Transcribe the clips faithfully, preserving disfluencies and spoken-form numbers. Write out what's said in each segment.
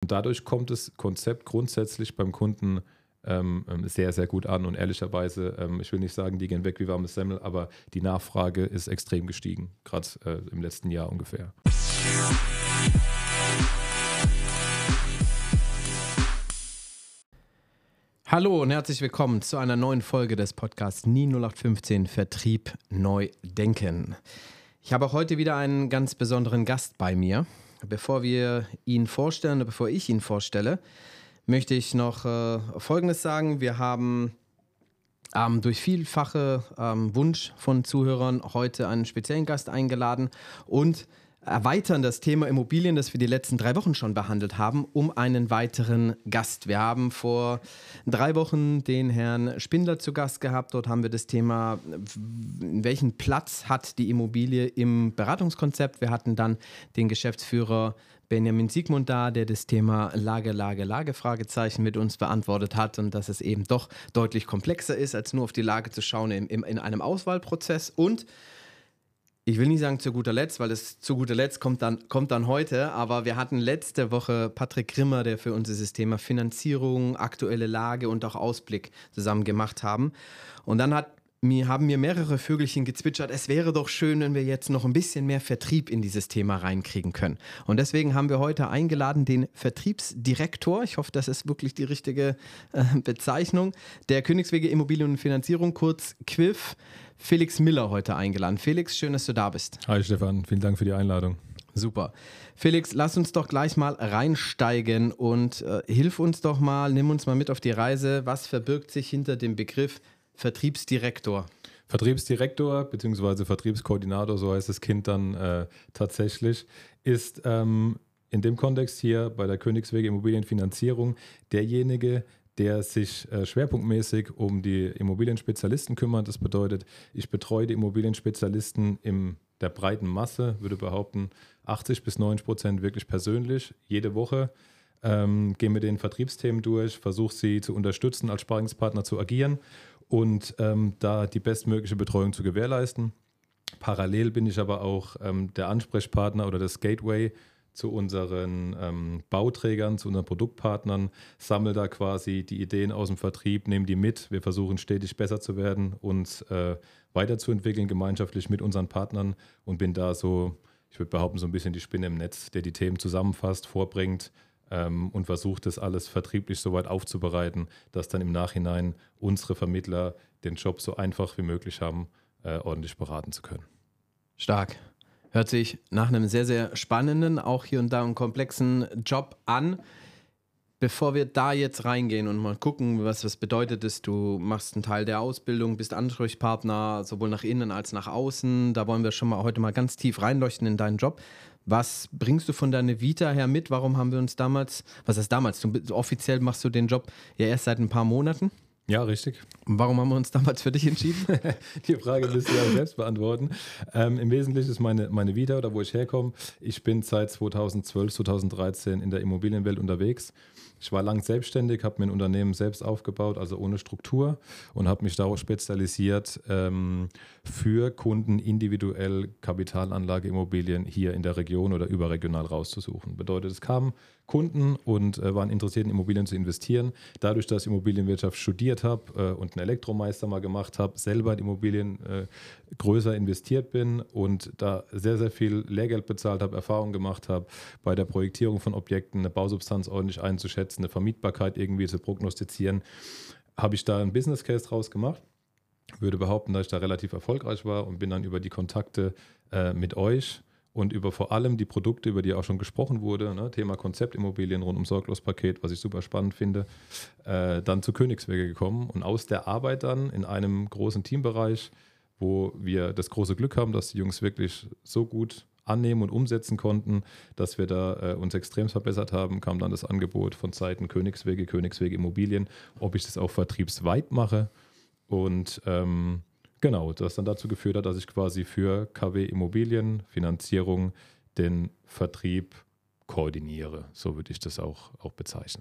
Und dadurch kommt das Konzept grundsätzlich beim Kunden ähm, sehr, sehr gut an. Und ehrlicherweise, ähm, ich will nicht sagen, die gehen weg wie warmes Semmel, aber die Nachfrage ist extrem gestiegen, gerade äh, im letzten Jahr ungefähr. Hallo und herzlich willkommen zu einer neuen Folge des Podcasts N I null acht fünfzehn Vertrieb neu denken. Ich habe auch heute wieder einen ganz besonderen Gast bei mir. Bevor wir ihn vorstellen, bevor ich ihn vorstelle, möchte ich noch äh, Folgendes sagen. Wir haben ähm, durch vielfache ähm, Wunsch von Zuhörern heute einen speziellen Gast eingeladen und erweitern das Thema Immobilien, das wir die letzten drei Wochen schon behandelt haben, um einen weiteren Gast. Wir haben vor drei Wochen den Herrn Spindler zu Gast gehabt. Dort haben wir das Thema, welchen Platz hat die Immobilie im Beratungskonzept. Wir hatten dann den Geschäftsführer Benjamin Siegmund da, der das Thema Lage, Lage, Lage, Fragezeichen mit uns beantwortet hat und dass es eben doch deutlich komplexer ist, als nur auf die Lage zu schauen in, in, in einem Auswahlprozess. Und ich will nicht sagen zu guter Letzt, weil das zu guter Letzt kommt dann, kommt dann heute, aber wir hatten letzte Woche Patrick Grimmer, der für uns dieses Thema Finanzierung, aktuelle Lage und auch Ausblick zusammen gemacht haben. Und dann hat mir, haben mir mehrere Vögelchen gezwitschert, es wäre doch schön, wenn wir jetzt noch ein bisschen mehr Vertrieb in dieses Thema reinkriegen können. Und deswegen haben wir heute eingeladen den Vertriebsdirektor, ich hoffe, das ist wirklich die richtige äh, Bezeichnung, der Königswege Immobilien und Finanzierung, kurz Q I F, Felix Miller heute eingeladen. Felix, schön, dass du da bist. Hi Stefan, vielen Dank für die Einladung. Super. Felix, lass uns doch gleich mal reinsteigen und äh, hilf uns doch mal, nimm uns mal mit auf die Reise. Was verbirgt sich hinter dem Begriff Vertriebsdirektor? Vertriebsdirektor bzw. Vertriebskoordinator, so heißt das Kind dann äh, tatsächlich, ist ähm, in dem Kontext hier bei der Königswege Immobilienfinanzierung derjenige, der sich äh, schwerpunktmäßig um die Immobilienspezialisten kümmert. Das bedeutet, ich betreue die Immobilienspezialisten in der breiten Masse, würde behaupten, achtzig bis neunzig Prozent wirklich persönlich, jede Woche. Ähm, gehe mit den Vertriebsthemen durch, versuche sie zu unterstützen, als Sparringspartner zu agieren und ähm, da die bestmögliche Betreuung zu gewährleisten. Parallel bin ich aber auch ähm, der Ansprechpartner oder das Gateway zu unseren ähm, Bauträgern, zu unseren Produktpartnern, sammle da quasi die Ideen aus dem Vertrieb, nehme die mit. Wir versuchen stetig besser zu werden, uns äh, weiterzuentwickeln, gemeinschaftlich mit unseren Partnern und bin da so, ich würde behaupten, so ein bisschen die Spinne im Netz, der die Themen zusammenfasst, vorbringt ähm, und versucht, das alles vertrieblich so weit aufzubereiten, dass dann im Nachhinein unsere Vermittler den Job so einfach wie möglich haben, äh, ordentlich beraten zu können. Stark. Hört sich nach einem sehr, sehr spannenden, auch hier und da einen komplexen Job an. Bevor wir da jetzt reingehen und mal gucken, was das bedeutet ist, du machst einen Teil der Ausbildung, bist Ansprechpartner sowohl nach innen als nach außen. Da wollen wir schon mal heute mal ganz tief reinleuchten in deinen Job. Was bringst du von deiner Vita her mit? Warum haben wir uns damals, was heißt damals? Du, offiziell machst du den Job ja erst seit ein paar Monaten. Ja, richtig. Warum haben wir uns damals für dich entschieden? Die Frage müsst ihr ja selbst beantworten. Ähm, Im Wesentlichen ist meine, meine Vita oder wo ich herkomme. Ich bin seit zweitausendzwölf, zweitausenddreizehn in der Immobilienwelt unterwegs. Ich war lang selbstständig, habe mir ein Unternehmen selbst aufgebaut, also ohne Struktur und habe mich darauf spezialisiert, ähm, für Kunden individuell Kapitalanlageimmobilien hier in der Region oder überregional rauszusuchen. Bedeutet, es kamen Kunden und äh, waren interessiert, in Immobilien zu investieren. Dadurch, dass ich Immobilienwirtschaft studiert habe äh, und einen Elektromeister mal gemacht habe, selber in Immobilien äh, größer investiert bin und da sehr, sehr viel Lehrgeld bezahlt habe, Erfahrung gemacht habe, bei der Projektierung von Objekten eine Bausubstanz ordentlich einzuschätzen, eine Vermietbarkeit irgendwie zu prognostizieren, habe ich da einen Business Case draus gemacht. Würde behaupten, dass ich da relativ erfolgreich war und bin dann über die Kontakte äh, mit euch und über vor allem die Produkte, über die auch schon gesprochen wurde, ne, Thema Konzeptimmobilien rund um Sorglospaket, was ich super spannend finde, äh, dann zu Königswege gekommen und aus der Arbeit dann in einem großen Teambereich, wo wir das große Glück haben, dass die Jungs wirklich so gut annehmen und umsetzen konnten, dass wir da äh, uns extrem verbessert haben, kam dann das Angebot von Seiten Königswege, Königswege Immobilien, ob ich das auch vertriebsweit mache und ähm, genau, das dann dazu geführt hat, dass ich quasi für K W Immobilien Finanzierung den Vertrieb koordiniere. So würde ich das auch, auch bezeichnen.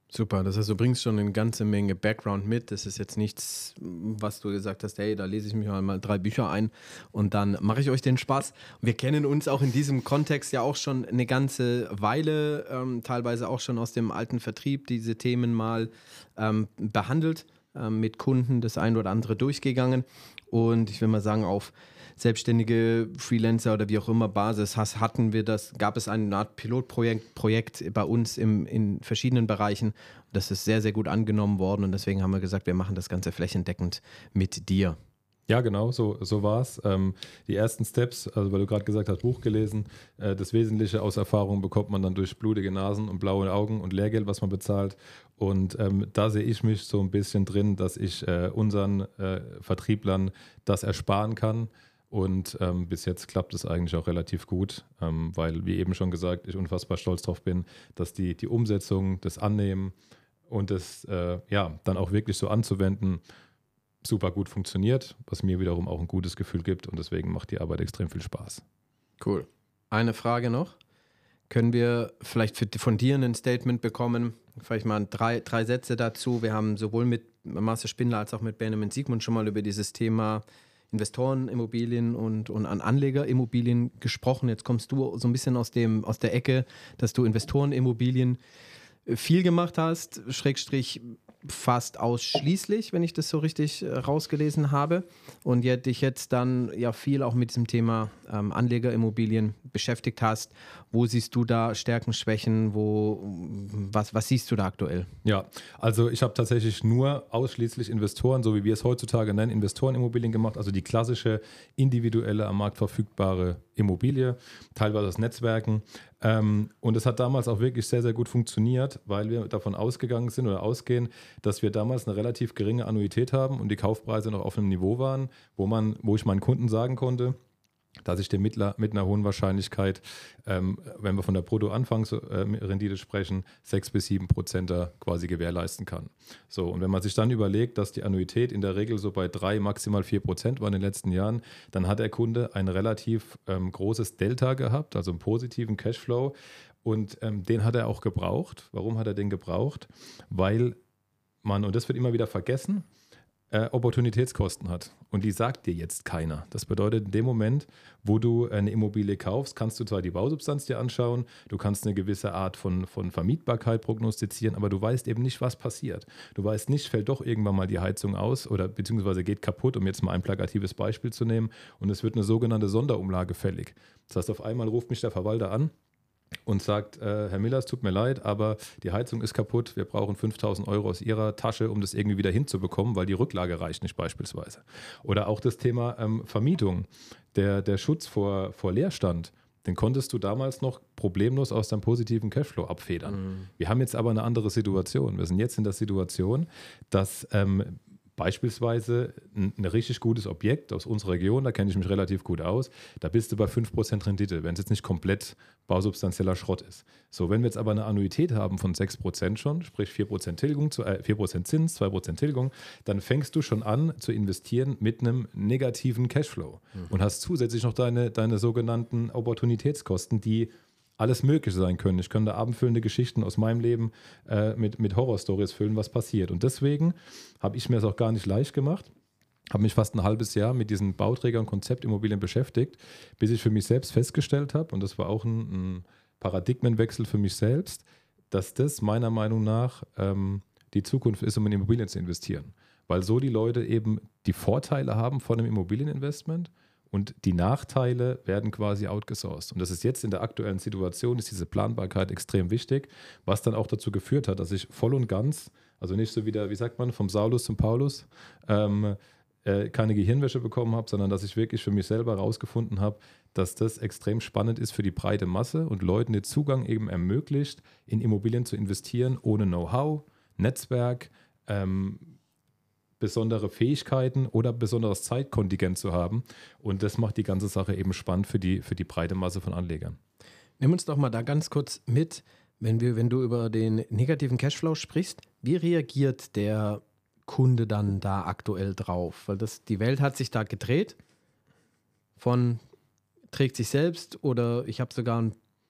Super, das heißt, du bringst schon eine ganze Menge Background mit. Das ist jetzt nichts, was du gesagt hast, hey, da lese ich mich mal, mal drei Bücher ein und dann mache ich euch den Spaß. Wir kennen uns auch in diesem Kontext ja auch schon eine ganze Weile, ähm, teilweise auch schon aus dem alten Vertrieb, diese Themen mal ähm, behandelt, ähm, mit Kunden das ein oder andere durchgegangen. Und ich will mal sagen, auf selbstständige Freelancer oder wie auch immer Basis hatten wir das, gab es eine Art Pilotprojekt Projekt bei uns im, in verschiedenen Bereichen. Das ist sehr, sehr gut angenommen worden und deswegen haben wir gesagt, wir machen das Ganze flächendeckend mit dir. Ja, genau, so, so war es. Ähm, die ersten Steps, also weil du gerade gesagt hast, Buch gelesen, äh, das Wesentliche aus Erfahrung bekommt man dann durch blutige Nasen und blaue Augen und Lehrgeld, was man bezahlt. Und ähm, da sehe ich mich so ein bisschen drin, dass ich äh, unseren äh, Vertrieblern das ersparen kann. Und ähm, bis jetzt klappt es eigentlich auch relativ gut, ähm, weil, wie eben schon gesagt, ich unfassbar stolz drauf bin, dass die, die Umsetzung, das Annehmen und das äh, ja, dann auch wirklich so anzuwenden, super gut funktioniert, was mir wiederum auch ein gutes Gefühl gibt und deswegen macht die Arbeit extrem viel Spaß. Cool. Eine Frage noch. Können wir vielleicht für, von dir ein Statement bekommen? Vielleicht mal drei, drei Sätze dazu. Wir haben sowohl mit Marcel Spindler als auch mit Benjamin Siegmund schon mal über dieses Thema Investorenimmobilien und, und an Anlegerimmobilien gesprochen. Jetzt kommst du so ein bisschen aus, dem, aus der Ecke, dass du Investorenimmobilien viel gemacht hast, Schrägstrich fast ausschließlich, wenn ich das so richtig äh, rausgelesen habe. Und ja, dich jetzt dann ja viel auch mit diesem Thema ähm, Anlegerimmobilien beschäftigt hast. Wo siehst du da Stärken, Schwächen? Wo, was, was siehst du da aktuell? Ja, also ich habe tatsächlich nur ausschließlich Investoren, so wie wir es heutzutage nennen, Investorenimmobilien gemacht, also die klassische individuelle am Markt verfügbare Immobilie, teilweise aus Netzwerken. Ähm, und es hat damals auch wirklich sehr, sehr gut funktioniert, weil wir davon ausgegangen sind oder ausgehen, dass wir damals eine relativ geringe Annuität haben und die Kaufpreise noch auf einem Niveau waren, wo man, wo ich meinen Kunden sagen konnte, dass ich dem mit, mit einer hohen Wahrscheinlichkeit, ähm, wenn wir von der Bruttoanfangsrendite sprechen, sechs bis sieben Prozent quasi gewährleisten kann. So, und wenn man sich dann überlegt, dass die Annuität in der Regel so bei drei, maximal vier Prozent war in den letzten Jahren, dann hat der Kunde ein relativ ähm, großes Delta gehabt, also einen positiven Cashflow. Und ähm, den hat er auch gebraucht. Warum hat er den gebraucht? Weil man, und das wird immer wieder vergessen, Äh, Opportunitätskosten hat. Und die sagt dir jetzt keiner. Das bedeutet, in dem Moment, wo du eine Immobilie kaufst, kannst du zwar die Bausubstanz dir anschauen, du kannst eine gewisse Art von, von Vermietbarkeit prognostizieren, aber du weißt eben nicht, was passiert. Du weißt nicht, fällt doch irgendwann mal die Heizung aus oder beziehungsweise geht kaputt, um jetzt mal ein plakatives Beispiel zu nehmen, und es wird eine sogenannte Sonderumlage fällig. Das heißt, auf einmal ruft mich der Verwalter an und sagt, äh, Herr Miller, es tut mir leid, aber die Heizung ist kaputt, wir brauchen fünftausend Euro aus Ihrer Tasche, um das irgendwie wieder hinzubekommen, weil die Rücklage reicht nicht beispielsweise. Oder auch das Thema ähm, Vermietung, der, der Schutz vor, vor Leerstand, den konntest du damals noch problemlos aus deinem positiven Cashflow abfedern. Mhm. Wir haben jetzt aber eine andere Situation. Wir sind jetzt in der Situation, dass ähm, beispielsweise ein, ein richtig gutes Objekt aus unserer Region, da kenne ich mich relativ gut aus, da bist du bei fünf Prozent Rendite, wenn es jetzt nicht komplett bausubstanzieller Schrott ist. So, wenn wir jetzt aber eine Annuität haben von sechs Prozent schon, sprich vier Prozent Tilgung, äh, vier Prozent Zins, zwei Prozent Tilgung, dann fängst du schon an zu investieren mit einem negativen Cashflow mhm. und hast zusätzlich noch deine, deine sogenannten Opportunitätskosten, die alles Mögliche sein können. Ich könnte abendfüllende Geschichten aus meinem Leben äh, mit, mit Horrorstories füllen, was passiert. Und deswegen habe ich mir es auch gar nicht leicht gemacht, habe mich fast ein halbes Jahr mit diesen Bauträger- und Konzeptimmobilien beschäftigt, bis ich für mich selbst festgestellt habe, und das war auch ein, ein Paradigmenwechsel für mich selbst, dass das meiner Meinung nach ähm, die Zukunft ist, um in Immobilien zu investieren. Weil so die Leute eben die Vorteile haben von einem Immobilieninvestment, und die Nachteile werden quasi outgesourced. Und das ist jetzt in der aktuellen Situation, ist diese Planbarkeit extrem wichtig, was dann auch dazu geführt hat, dass ich voll und ganz, also nicht so wieder, wie sagt man, vom Saulus zum Paulus, ähm, äh, keine Gehirnwäsche bekommen habe, sondern dass ich wirklich für mich selber herausgefunden habe, dass das extrem spannend ist für die breite Masse und Leuten den Zugang eben ermöglicht, in Immobilien zu investieren, ohne Know-how, Netzwerk, ähm, besondere Fähigkeiten oder besonderes Zeitkontingent zu haben. Und das macht die ganze Sache eben spannend für die, für die breite Masse von Anlegern. Nimm uns doch mal da ganz kurz mit, wenn, wir, wenn du über den negativen Cashflow sprichst. Wie reagiert der Kunde dann da aktuell drauf? Weil das, die Welt hat sich da gedreht von trägt sich selbst oder ich habe sogar ein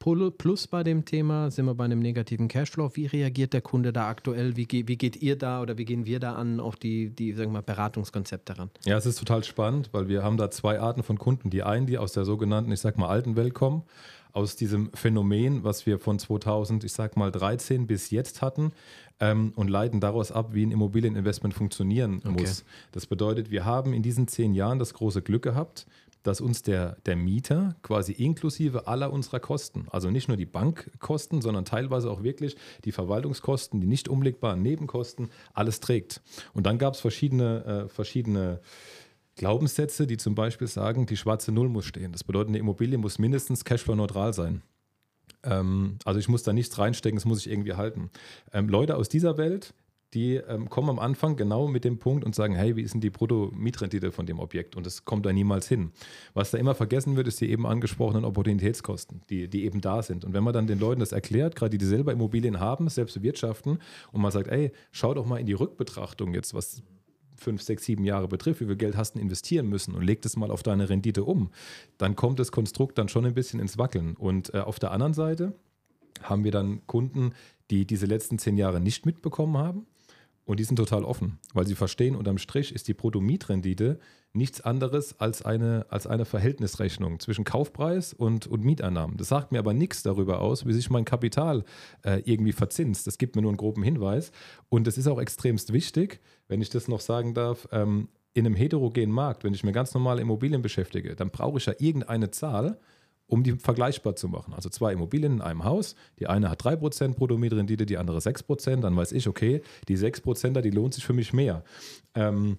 Plus bei dem Thema? Sind wir bei einem negativen Cashflow? Wie reagiert der Kunde da aktuell? Wie, ge- wie geht ihr da oder wie gehen wir da an auf die, die sagen wir mal, Beratungskonzepte ran? Ja, es ist total spannend, weil wir haben da zwei Arten von Kunden. Die einen, die aus der sogenannten, ich sag mal, alten Welt kommen, aus diesem Phänomen, was wir von zweitausend, ich sag mal, dreizehn bis jetzt hatten, ähm, und leiten daraus ab, wie ein Immobilieninvestment funktionieren Okay. muss. Das bedeutet, wir haben in diesen zehn Jahren das große Glück gehabt, dass uns der, der Mieter quasi inklusive aller unserer Kosten, also nicht nur die Bankkosten, sondern teilweise auch wirklich die Verwaltungskosten, die nicht umlegbaren Nebenkosten, alles trägt. Und dann gab es verschiedene, äh, verschiedene Glaubenssätze, die zum Beispiel sagen, die schwarze Null muss stehen. Das bedeutet, eine Immobilie muss mindestens cashflow-neutral sein. Ähm, also ich muss da nichts reinstecken, das muss ich irgendwie halten. Ähm, Leute aus dieser Welt, die ähm, kommen am Anfang genau mit dem Punkt und sagen, hey, wie ist denn die Brutto-Mietrendite von dem Objekt? Und das kommt da niemals hin. Was da immer vergessen wird, ist die eben angesprochenen Opportunitätskosten, die, die eben da sind. Und wenn man dann den Leuten das erklärt, gerade die, die selber Immobilien haben, selbst wirtschaften, und man sagt, ey, schau doch mal in die Rückbetrachtung jetzt, was fünf, sechs, sieben Jahre betrifft, wie viel Geld hast du investieren müssen und leg das mal auf deine Rendite um, dann kommt das Konstrukt dann schon ein bisschen ins Wackeln. Und äh, auf der anderen Seite haben wir dann Kunden, die diese letzten zehn Jahre nicht mitbekommen haben. Und die sind total offen, weil sie verstehen, unterm Strich ist die Brutto-Mietrendite nichts anderes als eine, als eine Verhältnisrechnung zwischen Kaufpreis und, und Mieteinnahmen. Das sagt mir aber nichts darüber aus, wie sich mein Kapital äh, irgendwie verzinst. Das gibt mir nur einen groben Hinweis. Und es ist auch extremst wichtig, wenn ich das noch sagen darf, ähm, in einem heterogenen Markt, wenn ich mir ganz normale Immobilien beschäftige, dann brauche ich ja irgendeine Zahl, um die vergleichbar zu machen. Also zwei Immobilien in einem Haus. Die eine hat drei Prozent Bruttomietrendite, die andere sechs Prozent. Dann weiß ich, okay, die sechs Prozent, die lohnt sich für mich mehr. Ähm,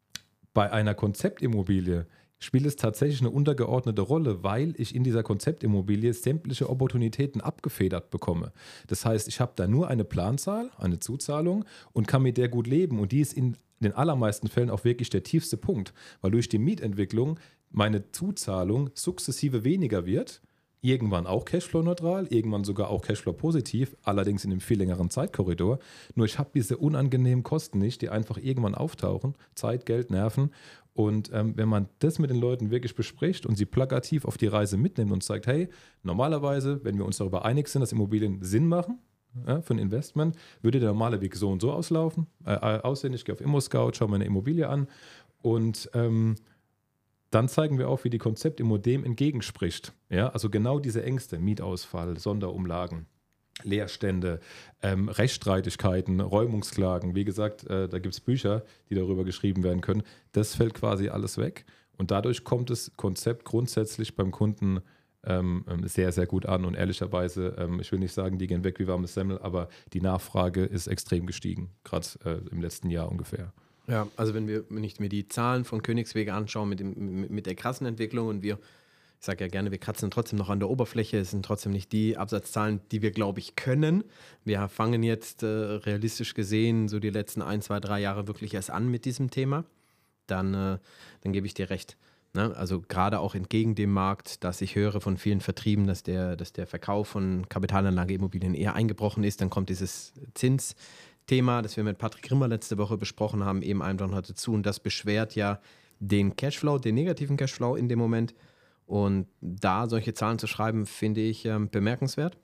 bei einer Konzeptimmobilie spielt es tatsächlich eine untergeordnete Rolle, weil ich in dieser Konzeptimmobilie sämtliche Opportunitäten abgefedert bekomme. Das heißt, ich habe da nur eine Planzahl, eine Zuzahlung und kann mit der gut leben. Und die ist in den allermeisten Fällen auch wirklich der tiefste Punkt, weil durch die Mietentwicklung meine Zuzahlung sukzessive weniger wird, irgendwann auch Cashflow-neutral, irgendwann sogar auch Cashflow-positiv, allerdings in einem viel längeren Zeitkorridor. Nur ich habe diese unangenehmen Kosten nicht, die einfach irgendwann auftauchen, Zeit, Geld, Nerven. Und ähm, wenn man das mit den Leuten wirklich bespricht und sie plakativ auf die Reise mitnimmt und sagt, hey, normalerweise, wenn wir uns darüber einig sind, dass Immobilien Sinn machen, ja, für ein Investment, würde der normale Weg so und so auslaufen, äh, aussehen. Ich gehe auf ImmoScout, schaue mir eine Immobilie an und ähm, dann zeigen wir auch, wie die Konzeptimmo dem entgegenspricht. Ja, also genau diese Ängste, Mietausfall, Sonderumlagen, Leerstände, ähm, Rechtsstreitigkeiten, Räumungsklagen. Wie gesagt, äh, da gibt es Bücher, die darüber geschrieben werden können. Das fällt quasi alles weg. Und dadurch kommt das Konzept grundsätzlich beim Kunden ähm, sehr, sehr gut an. Und ehrlicherweise, ähm, ich will nicht sagen, die gehen weg wie warmes Semmel, aber die Nachfrage ist extrem gestiegen, gerade äh, im letzten Jahr ungefähr. Ja, also wenn wir, wenn ich mir die Zahlen von Königswege anschaue mit, dem, mit der krassen Entwicklung und wir, ich sage ja gerne, wir kratzen trotzdem noch an der Oberfläche, es sind trotzdem nicht die Absatzzahlen, die wir, glaube ich, können. Wir fangen jetzt äh, realistisch gesehen so die letzten ein, zwei, drei Jahre wirklich erst an mit diesem Thema. Dann, äh, dann gebe ich dir recht. Ne? Also gerade auch entgegen dem Markt, dass ich höre von vielen Vertrieben, dass der, dass der Verkauf von Kapitalanlageimmobilien eher eingebrochen ist, dann kommt dieses Zins Thema, das wir mit Patrick Rimmer letzte Woche besprochen haben, eben einfach noch dazu. Und das beschwert ja den Cashflow, den negativen Cashflow in dem Moment. Und da solche Zahlen zu schreiben, finde ich ähm, bemerkenswert.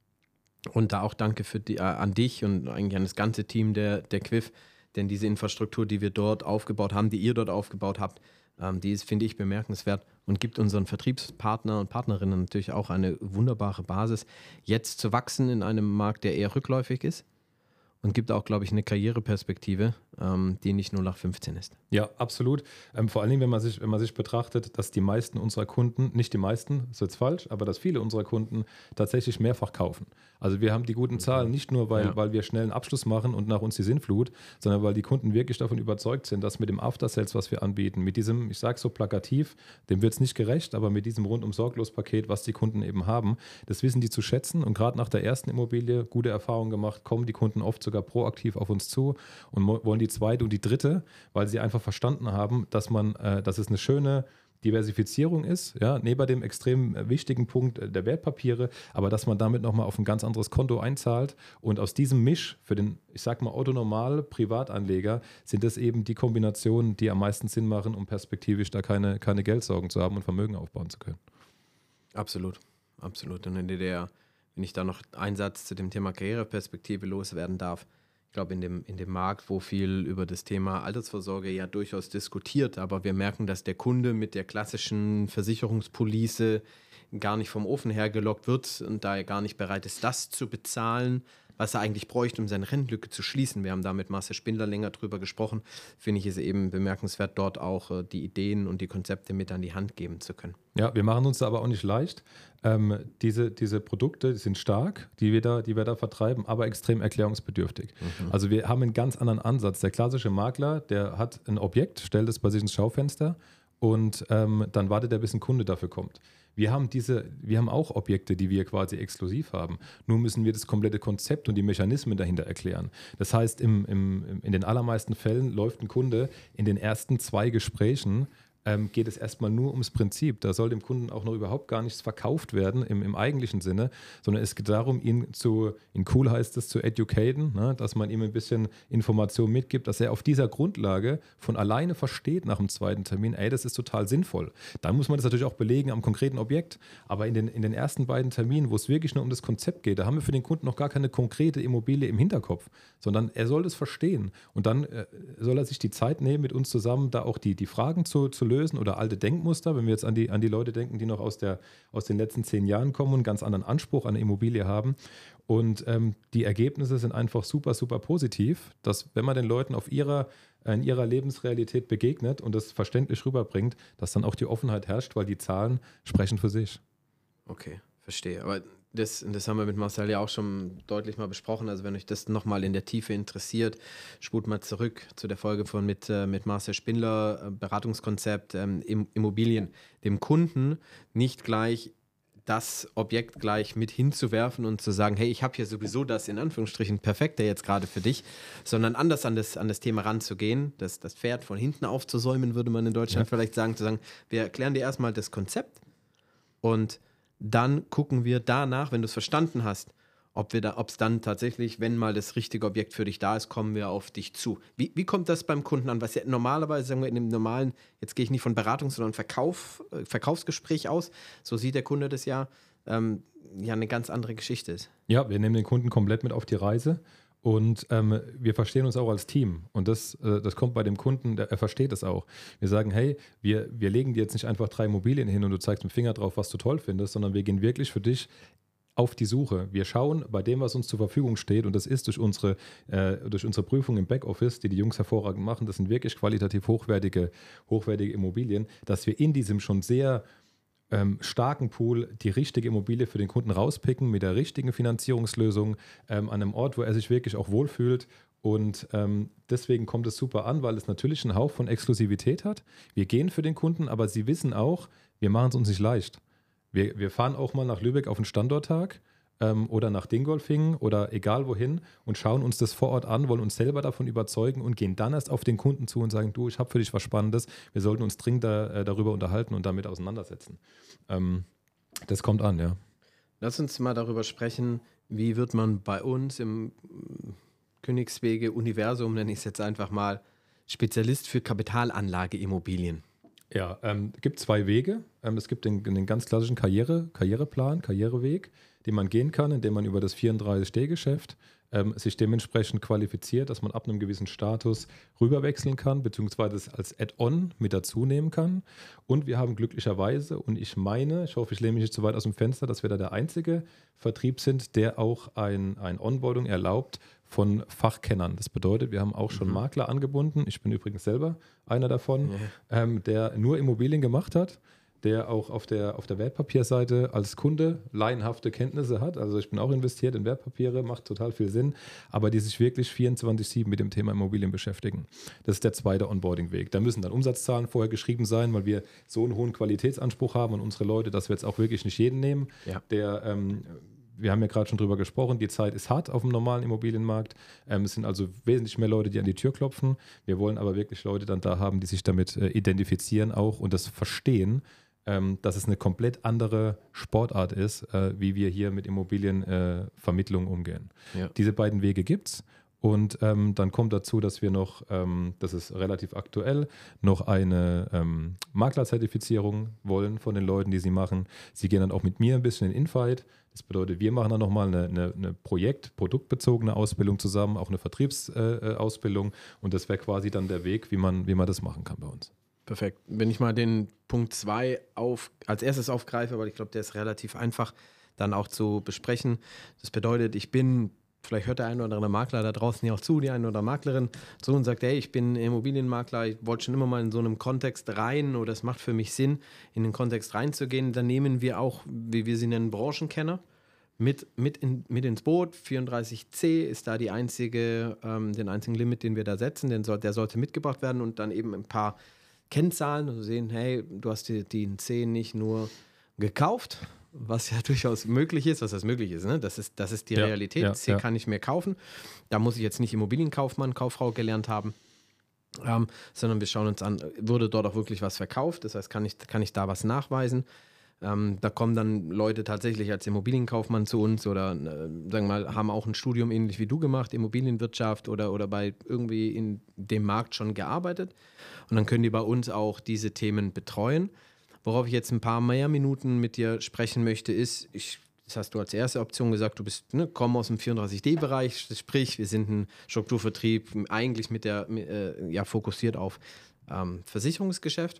Und da auch danke für die, äh, an dich und eigentlich an das ganze Team der, der Quiff, denn diese Infrastruktur, die wir dort aufgebaut haben, die ihr dort aufgebaut habt, ähm, die ist, finde ich, bemerkenswert und gibt unseren Vertriebspartner und Partnerinnen natürlich auch eine wunderbare Basis, jetzt zu wachsen in einem Markt, der eher rückläufig ist. Und gibt auch, glaube ich, eine Karriereperspektive, ähm, die nicht null acht fünfzehn ist. Ja, absolut. Ähm, vor allen Dingen, wenn man, sich, wenn man sich betrachtet, dass die meisten unserer Kunden, nicht die meisten, das ist jetzt falsch, aber dass viele unserer Kunden tatsächlich mehrfach kaufen. Also wir haben die guten Zahlen nicht nur, weil, ja. weil wir schnell einen Abschluss machen und nach uns die Sinnflut, sondern weil die Kunden wirklich davon überzeugt sind, dass mit dem After-Sales, was wir anbieten, mit diesem, ich sage so plakativ, dem wird es nicht gerecht, aber mit diesem rundum-sorglos-Paket, was die Kunden eben haben, das wissen die zu schätzen. Und gerade nach der ersten Immobilie gute Erfahrungen gemacht, kommen die Kunden oft sogar proaktiv auf uns zu und wollen die zweite und die dritte, weil sie einfach verstanden haben, dass man, äh, dass es eine schöne Diversifizierung ist, ja, neben dem extrem wichtigen Punkt der Wertpapiere, aber dass man damit nochmal auf ein ganz anderes Konto einzahlt und aus diesem Misch für den, ich sag mal, autonormal Privatanleger sind das eben die Kombinationen, die am meisten Sinn machen, um perspektivisch da keine, keine Geldsorgen zu haben und Vermögen aufbauen zu können. Absolut. absolut. Und in der, wenn ich da noch einen Satz zu dem Thema Karriereperspektive loswerden darf, ich glaube, in dem, in dem Markt, wo viel über das Thema Altersvorsorge ja durchaus diskutiert, aber wir merken, dass der Kunde mit der klassischen Versicherungspolice gar nicht vom Ofen her gelockt wird und da er gar nicht bereit ist, das zu bezahlen, was er eigentlich bräuchte, um seine Rentenlücke zu schließen. Wir haben da mit Marcel Spindler länger drüber gesprochen. Finde ich es eben bemerkenswert, dort auch äh, die Ideen und die Konzepte mit an die Hand geben zu können. Ja, wir machen uns da aber auch nicht leicht. Ähm, diese, diese Produkte die sind stark, die wir, da, die wir da vertreiben, aber extrem erklärungsbedürftig. Mhm. Also wir haben einen ganz anderen Ansatz. Der klassische Makler, der hat ein Objekt, stellt es bei sich ins Schaufenster und ähm, dann wartet er, bis ein Kunde dafür kommt. Wir haben, diese, wir haben auch Objekte, die wir quasi exklusiv haben. Nur müssen wir das komplette Konzept und die Mechanismen dahinter erklären. Das heißt, im, im, in den allermeisten Fällen läuft ein Kunde in den ersten zwei Gesprächen, ähm, geht es erstmal nur ums Prinzip. Da soll dem Kunden auch noch überhaupt gar nichts verkauft werden im, im eigentlichen Sinne, sondern es geht darum, ihn zu, in cool heißt es, zu educaten, ne, dass man ihm ein bisschen Information mitgibt, dass er auf dieser Grundlage von alleine versteht nach dem zweiten Termin, ey, das ist total sinnvoll. Dann muss man das natürlich auch belegen am konkreten Objekt, aber in den, in den ersten beiden Terminen, wo es wirklich nur um das Konzept geht, da haben wir für den Kunden noch gar keine konkrete Immobilie im Hinterkopf, sondern er soll das verstehen und dann äh, soll er sich die Zeit nehmen, mit uns zusammen da auch die, die Fragen zu, zu lösen oder alte Denkmuster, wenn wir jetzt an die, an die Leute denken, die noch aus, der, aus den letzten zehn Jahren kommen und einen ganz anderen Anspruch an eine Immobilie haben. Und ähm, die Ergebnisse sind einfach super, super positiv, dass wenn man den Leuten auf ihrer, in ihrer Lebensrealität begegnet und das verständlich rüberbringt, dass dann auch die Offenheit herrscht, weil die Zahlen sprechen für sich. Okay, verstehe. Aber das, das haben wir mit Marcel ja auch schon deutlich mal besprochen. Also wenn euch das nochmal in der Tiefe interessiert, spult mal zurück zu der Folge von mit, äh, mit Marcel Spindler, äh, Beratungskonzept, ähm, Immobilien, dem Kunden nicht gleich das Objekt gleich mit hinzuwerfen und zu sagen, hey, ich habe hier sowieso das in Anführungsstrichen Perfekte jetzt gerade für dich, sondern anders an das, an das Thema ranzugehen, das, das Pferd von hinten aufzusäumen, würde man in Deutschland ja. vielleicht sagen, zu sagen, wir erklären dir erstmal das Konzept und dann gucken wir danach, wenn du es verstanden hast, ob wir da, ob es dann tatsächlich, wenn mal das richtige Objekt für dich da ist, kommen wir auf dich zu. Wie, wie kommt das beim Kunden an? Was ja normalerweise, sagen wir, in dem normalen, jetzt gehe ich nicht von Beratung, sondern Verkauf, äh, Verkaufsgespräch aus, so sieht der Kunde das ja, ähm, ja eine ganz andere Geschichte ist. Ja, wir nehmen den Kunden komplett mit auf die Reise. Und ähm, wir verstehen uns auch als Team. Und das, äh, das kommt bei dem Kunden, der, er versteht das auch. Wir sagen, hey, wir, wir legen dir jetzt nicht einfach drei Immobilien hin und du zeigst mit dem Finger drauf, was du toll findest, sondern wir gehen wirklich für dich auf die Suche. Wir schauen bei dem, was uns zur Verfügung steht, und das ist durch unsere, äh, durch unsere Prüfung im Backoffice, die die Jungs hervorragend machen, das sind wirklich qualitativ hochwertige, hochwertige Immobilien, dass wir in diesem schon sehr Ähm, starken Pool die richtige Immobilie für den Kunden rauspicken mit der richtigen Finanzierungslösung ähm, an einem Ort, wo er sich wirklich auch wohlfühlt. Und ähm, deswegen kommt es super an, weil es natürlich einen Hauch von Exklusivität hat. Wir gehen für den Kunden, aber sie wissen auch, wir machen es uns nicht leicht. Wir, wir fahren auch mal nach Lübeck auf einen Standorttag ähm, oder nach Dingolfing oder egal wohin und schauen uns das vor Ort an, wollen uns selber davon überzeugen und gehen dann erst auf den Kunden zu und sagen, du, ich habe für dich was Spannendes, wir sollten uns dringend da, äh, darüber unterhalten und damit auseinandersetzen. Ähm, das kommt an, ja. Lass uns mal darüber sprechen, wie wird man bei uns im Königswege-Universum, nenne ich es jetzt einfach mal, Spezialist für Kapitalanlageimmobilien. Ja, ähm, es gibt zwei Wege. Ähm, es gibt den, den ganz klassischen Karriere, Karriereplan, Karriereweg, den man gehen kann, indem man über das vierunddreißig-Steh-Geschäft ähm, sich dementsprechend qualifiziert, dass man ab einem gewissen Status rüberwechseln kann, beziehungsweise es als Add-on mit dazu nehmen kann. Und wir haben glücklicherweise, und ich meine, ich hoffe, ich lehne mich nicht zu weit aus dem Fenster, dass wir da der einzige Vertrieb sind, der auch ein, ein Onboarding erlaubt von Fachkennern. Das bedeutet, wir haben auch schon mhm. Makler angebunden. Ich bin übrigens selber einer davon, ja. ähm, der nur Immobilien gemacht hat, der auch auf der, auf der Wertpapierseite als Kunde laienhafte Kenntnisse hat. Also ich bin auch investiert in Wertpapiere, macht total viel Sinn, aber die sich wirklich vierundzwanzig sieben mit dem Thema Immobilien beschäftigen. Das ist der zweite Onboarding-Weg. Da müssen dann Umsatzzahlen vorher geschrieben sein, weil wir so einen hohen Qualitätsanspruch haben und unsere Leute, dass wir jetzt auch wirklich nicht jeden nehmen, ja. der ähm, wir haben ja gerade schon drüber gesprochen, die Zeit ist hart auf dem normalen Immobilienmarkt. Ähm, es sind also wesentlich mehr Leute, die an die Tür klopfen. Wir wollen aber wirklich Leute dann da haben, die sich damit äh, identifizieren auch und das verstehen, ähm, dass es eine komplett andere Sportart ist, äh, wie wir hier mit Immobilienvermittlung äh, umgehen. Ja. Diese beiden Wege gibt es. Und ähm, dann kommt dazu, dass wir noch, ähm, das ist relativ aktuell, noch eine ähm, Maklerzertifizierung wollen von den Leuten, die sie machen. Sie gehen dann auch mit mir ein bisschen in Infight. Das bedeutet, wir machen dann nochmal eine, eine, eine Projekt-, produktbezogene Ausbildung zusammen, auch eine Vertriebsausbildung. Äh, und das wäre quasi dann der Weg, wie man, wie man das machen kann bei uns. Perfekt. Wenn ich mal den Punkt zwei auf, als erstes aufgreife, aber ich glaube, der ist relativ einfach dann auch zu besprechen. Das bedeutet, ich bin, vielleicht hört der eine oder andere Makler da draußen ja auch zu, die eine oder andere Maklerin, so und sagt, hey, ich bin Immobilienmakler, ich wollte schon immer mal in so einem Kontext rein oder es macht für mich Sinn, in den Kontext reinzugehen. Dann nehmen wir auch, wie wir sie nennen, Branchenkenner mit, mit, in, mit ins Boot. vierunddreißig c ist da die einzige, ähm, den einzigen Limit, den wir da setzen, den soll, der sollte mitgebracht werden und dann eben ein paar Kennzahlen, also sehen, hey, du hast die, die C nicht nur gekauft, was ja durchaus möglich ist, was das möglich ist, ne? Das ist, das ist die ja, Realität. ja, C ja. kann ich mir kaufen. Da muss ich jetzt nicht Immobilienkaufmann, Kauffrau gelernt haben, ähm, sondern wir schauen uns an, wurde dort auch wirklich was verkauft? Das heißt, kann ich, kann ich da was nachweisen? Ähm, da kommen dann Leute tatsächlich als Immobilienkaufmann zu uns oder äh, sagen wir mal, haben auch ein Studium ähnlich wie du gemacht, Immobilienwirtschaft oder, oder bei irgendwie in dem Markt schon gearbeitet. Und dann können die bei uns auch diese Themen betreuen. Worauf ich jetzt ein paar mehr Minuten mit dir sprechen möchte, ist, ich, das hast du als erste Option gesagt, du bist, ne, komm aus dem vierunddreißig D-Bereich, sprich, wir sind ein Strukturvertrieb, eigentlich mit der, äh, ja, fokussiert auf ähm, Versicherungsgeschäft.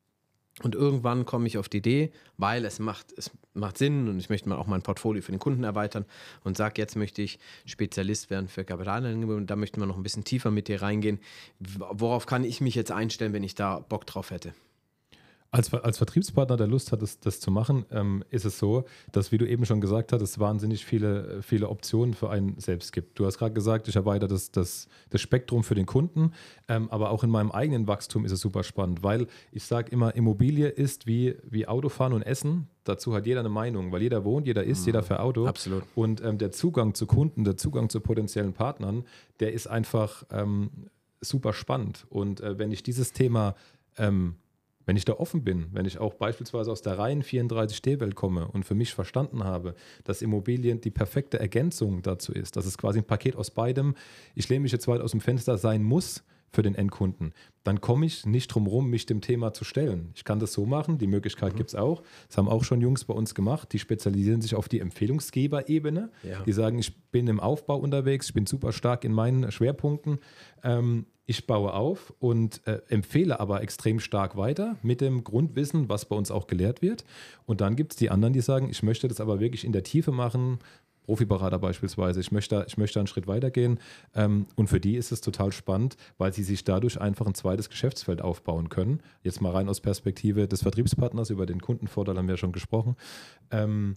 Und irgendwann komme ich auf die Idee, weil es macht, es macht Sinn und ich möchte mal auch mein Portfolio für den Kunden erweitern und sage, jetzt möchte ich Spezialist werden für Kapitalanlagen und da möchten wir noch ein bisschen tiefer mit dir reingehen. Worauf kann ich mich jetzt einstellen, wenn ich da Bock drauf hätte? Als, als Vertriebspartner, der Lust hat, das, das zu machen, ähm, ist es so, dass, wie du eben schon gesagt hast, es wahnsinnig viele, viele Optionen für einen selbst gibt. Du hast gerade gesagt, ich erweitere das, das, das Spektrum für den Kunden, ähm, aber auch in meinem eigenen Wachstum ist es super spannend, weil ich sage immer, Immobilie ist wie, wie Autofahren und Essen. Dazu hat jeder eine Meinung, weil jeder wohnt, jeder isst, mhm. jeder fährt Auto. Absolut. Und ähm, der Zugang zu Kunden, der Zugang zu potenziellen Partnern, der ist einfach ähm, super spannend. Und äh, wenn ich dieses Thema ähm, Wenn ich da offen bin, wenn ich auch beispielsweise aus der reinen vierunddreißig D-Welt komme und für mich verstanden habe, dass Immobilien die perfekte Ergänzung dazu ist, dass es quasi ein Paket aus beidem, ich lehne mich jetzt weit aus dem Fenster, sein muss für den Endkunden, dann komme ich nicht drum rum, mich dem Thema zu stellen. Ich kann das so machen, die Möglichkeit mhm. gibt es auch. Das haben auch schon Jungs bei uns gemacht, die spezialisieren sich auf die Empfehlungsgeberebene. Ja. Die sagen, ich bin im Aufbau unterwegs, ich bin super stark in meinen Schwerpunkten. Ähm, Ich baue auf und äh, empfehle aber extrem stark weiter mit dem Grundwissen, was bei uns auch gelehrt wird. Und dann gibt es die anderen, die sagen, ich möchte das aber wirklich in der Tiefe machen, Profiberater beispielsweise, ich möchte, ich möchte einen Schritt weitergehen. Ähm, und für die ist es total spannend, weil sie sich dadurch einfach ein zweites Geschäftsfeld aufbauen können. Jetzt mal rein aus Perspektive des Vertriebspartners, über den Kundenvorteil haben wir schon gesprochen. Ähm,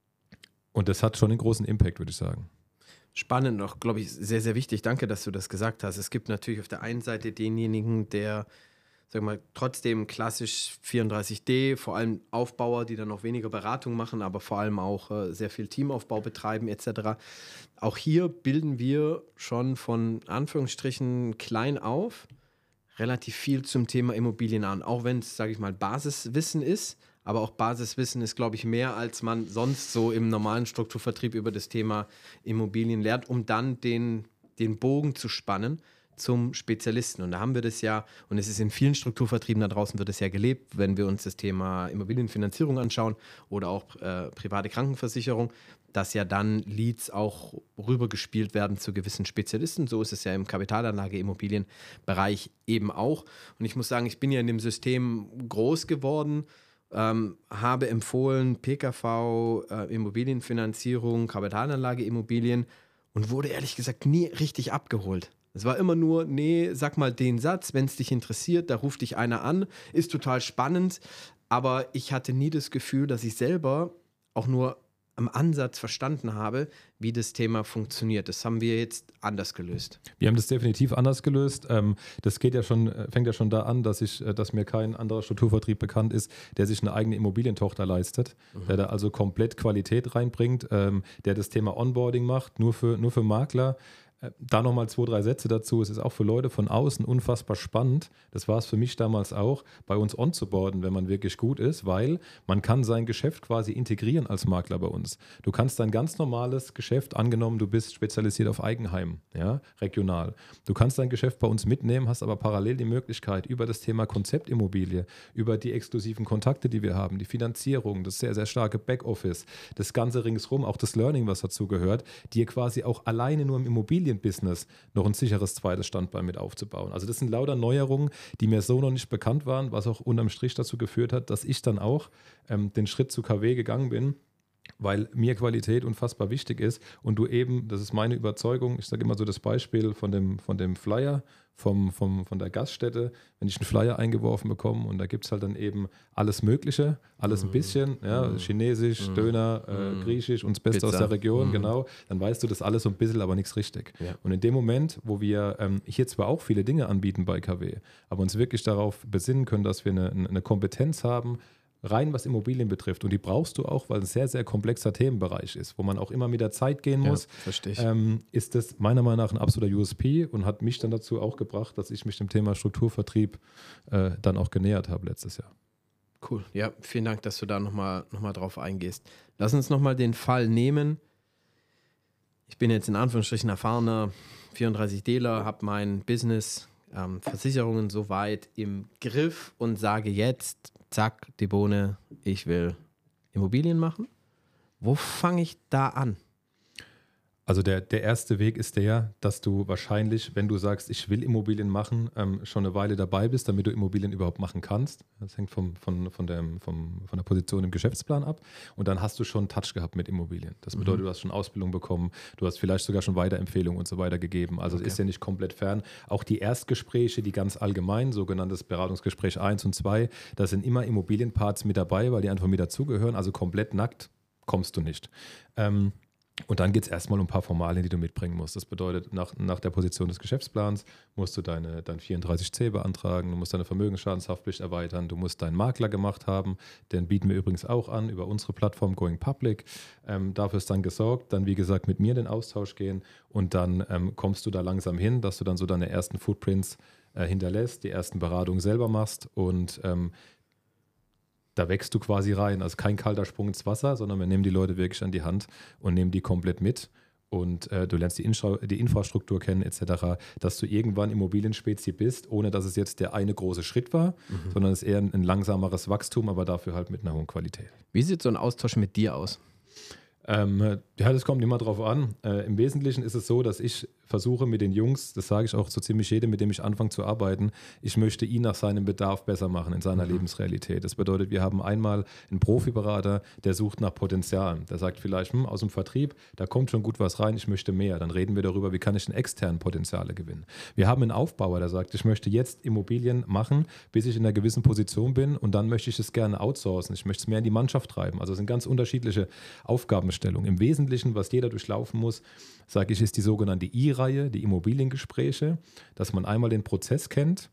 und das hat schon einen großen Impact, würde ich sagen. Spannend, auch, glaube ich, sehr, sehr wichtig. Danke, dass du das gesagt hast. Es gibt natürlich auf der einen Seite denjenigen, der, sag mal, trotzdem klassisch vierunddreißig D, vor allem Aufbauer, die dann noch weniger Beratung machen, aber vor allem auch äh, sehr viel Teamaufbau betreiben et cetera. Auch hier bilden wir schon von Anführungsstrichen klein auf relativ viel zum Thema Immobilien an, auch wenn es, sage ich mal, Basiswissen ist. Aber auch Basiswissen ist, glaube ich, mehr, als man sonst so im normalen Strukturvertrieb über das Thema Immobilien lernt, um dann den, den Bogen zu spannen zum Spezialisten. Und da haben wir das ja, und es ist in vielen Strukturvertrieben da draußen wird es ja gelebt, wenn wir uns das Thema Immobilienfinanzierung anschauen oder auch äh, private Krankenversicherung, dass ja dann Leads auch rübergespielt werden zu gewissen Spezialisten. So ist es ja im Kapitalanlage-Immobilienbereich eben auch. Und ich muss sagen, ich bin ja in dem System groß geworden, Ähm, habe empfohlen P K V, äh, Immobilienfinanzierung, Kapitalanlage, Immobilien und wurde ehrlich gesagt nie richtig abgeholt. Es war immer nur, nee, sag mal den Satz, wenn es dich interessiert, da ruft dich einer an, ist total spannend, aber ich hatte nie das Gefühl, dass ich selber auch nur am Ansatz verstanden habe, wie das Thema funktioniert. Das haben wir jetzt anders gelöst. Wir haben das definitiv anders gelöst. Das geht ja schon, fängt ja schon da an, dass, ich, dass mir kein anderer Strukturvertrieb bekannt ist, der sich eine eigene Immobilientochter leistet, mhm. der da also komplett Qualität reinbringt, der das Thema Onboarding macht, nur für, nur für Makler. Da nochmal zwei, drei Sätze dazu. Es ist auch für Leute von außen unfassbar spannend. Das war es für mich damals auch, bei uns onzuboarden, wenn man wirklich gut ist, weil man kann sein Geschäft quasi integrieren als Makler bei uns. Du kannst dein ganz normales Geschäft, angenommen, du bist spezialisiert auf Eigenheim, ja, regional. Du kannst dein Geschäft bei uns mitnehmen, hast aber parallel die Möglichkeit, über das Thema Konzeptimmobilie, über die exklusiven Kontakte, die wir haben, die Finanzierung, das sehr, sehr starke Backoffice, das ganze ringsrum, auch das Learning, was dazu gehört, dir quasi auch alleine nur im Immobilien Business noch ein sicheres zweites Standbein mit aufzubauen. Also das sind lauter Neuerungen, die mir so noch nicht bekannt waren, was auch unterm Strich dazu geführt hat, dass ich dann auch ähm, den Schritt zu K W gegangen bin, weil mir Qualität unfassbar wichtig ist und du eben, das ist meine Überzeugung, ich sage immer so das Beispiel von dem, von dem Flyer, vom, vom, von der Gaststätte, wenn ich einen Flyer eingeworfen bekomme und da gibt es halt dann eben alles Mögliche, alles ein bisschen, ja, Chinesisch, Döner, äh, Griechisch und das Beste Pizza aus der Region, genau, dann weißt du das alles so ein bisschen, aber nichts richtig. Ja. Und in dem Moment, wo wir ähm, hier zwar auch viele Dinge anbieten bei K W, aber uns wirklich darauf besinnen können, dass wir eine, eine Kompetenz haben, rein was Immobilien betrifft. Und die brauchst du auch, weil es ein sehr, sehr komplexer Themenbereich ist, wo man auch immer mit der Zeit gehen muss. Ja, verstehe ich. Ähm, ist das meiner Meinung nach ein absoluter U S P und hat mich dann dazu auch gebracht, dass ich mich dem Thema Strukturvertrieb äh, dann auch genähert habe letztes Jahr. Cool. Ja, vielen Dank, dass du da nochmal noch mal drauf eingehst. Lass uns nochmal den Fall nehmen. Ich bin jetzt in Anführungsstrichen erfahrener vierunddreißig Dealer, habe mein Business, ähm, Versicherungen soweit im Griff und sage jetzt, zack, die Bohne, ich will Immobilien machen. Wo fange ich da an? Also der, der erste Weg ist der, dass du wahrscheinlich, wenn du sagst, ich will Immobilien machen, ähm, schon eine Weile dabei bist, damit du Immobilien überhaupt machen kannst. Das hängt vom, von, von, der, vom, von der Position im Geschäftsplan ab. Und dann hast du schon Touch gehabt mit Immobilien. Das bedeutet, mhm. du hast schon Ausbildung bekommen, du hast vielleicht sogar schon Weiterempfehlungen und so weiter gegeben. Also okay. Es ist ja nicht komplett fern. Auch die Erstgespräche, die ganz allgemein, sogenanntes Beratungsgespräch eins und zwei, da sind immer Immobilienparts mit dabei, weil die einfach mit dazugehören. Also komplett nackt kommst du nicht. Ähm, Und dann geht es erstmal um ein paar Formalien, die du mitbringen musst. Das bedeutet, nach, nach der Position des Geschäftsplans musst du deine, dein vierunddreißig c beantragen, du musst deine Vermögensschadenshaftpflicht erweitern, du musst deinen Makler gemacht haben, den bieten wir übrigens auch an über unsere Plattform Going Public. Ähm, dafür ist dann gesorgt, dann wie gesagt mit mir in den Austausch gehen und dann ähm, kommst du da langsam hin, dass du dann so deine ersten Footprints äh, hinterlässt, die ersten Beratungen selber machst und ähm, da wächst du quasi rein. Also kein kalter Sprung ins Wasser, sondern wir nehmen die Leute wirklich an die Hand und nehmen die komplett mit. Und äh, du lernst die, Infra- die Infrastruktur kennen et cetera, dass du irgendwann Immobilienspezi bist, ohne dass es jetzt der eine große Schritt war, mhm. sondern es ist eher ein, ein langsameres Wachstum, aber dafür halt mit einer hohen Qualität. Wie sieht so ein Austausch mit dir aus? Ähm, ja, das kommt immer drauf an. Äh, Im Wesentlichen ist es so, dass ich versuche mit den Jungs, das sage ich auch so ziemlich jedem, mit dem ich anfange zu arbeiten, ich möchte ihn nach seinem Bedarf besser machen in seiner mhm. Lebensrealität. Das bedeutet, wir haben einmal einen Profiberater, der sucht nach Potenzialen. Der sagt vielleicht, hm, aus dem Vertrieb, da kommt schon gut was rein, ich möchte mehr. Dann reden wir darüber, wie kann ich denn externen Potenziale gewinnen. Wir haben einen Aufbauer, der sagt, ich möchte jetzt Immobilien machen, bis ich in einer gewissen Position bin und dann möchte ich es gerne outsourcen. Ich möchte es mehr in die Mannschaft treiben. Also es sind ganz unterschiedliche Aufgabenstellungen. Im Wesentlichen, was jeder durchlaufen muss, sage ich, ist die sogenannte I-Reihe, die Immobiliengespräche, dass man einmal den Prozess kennt,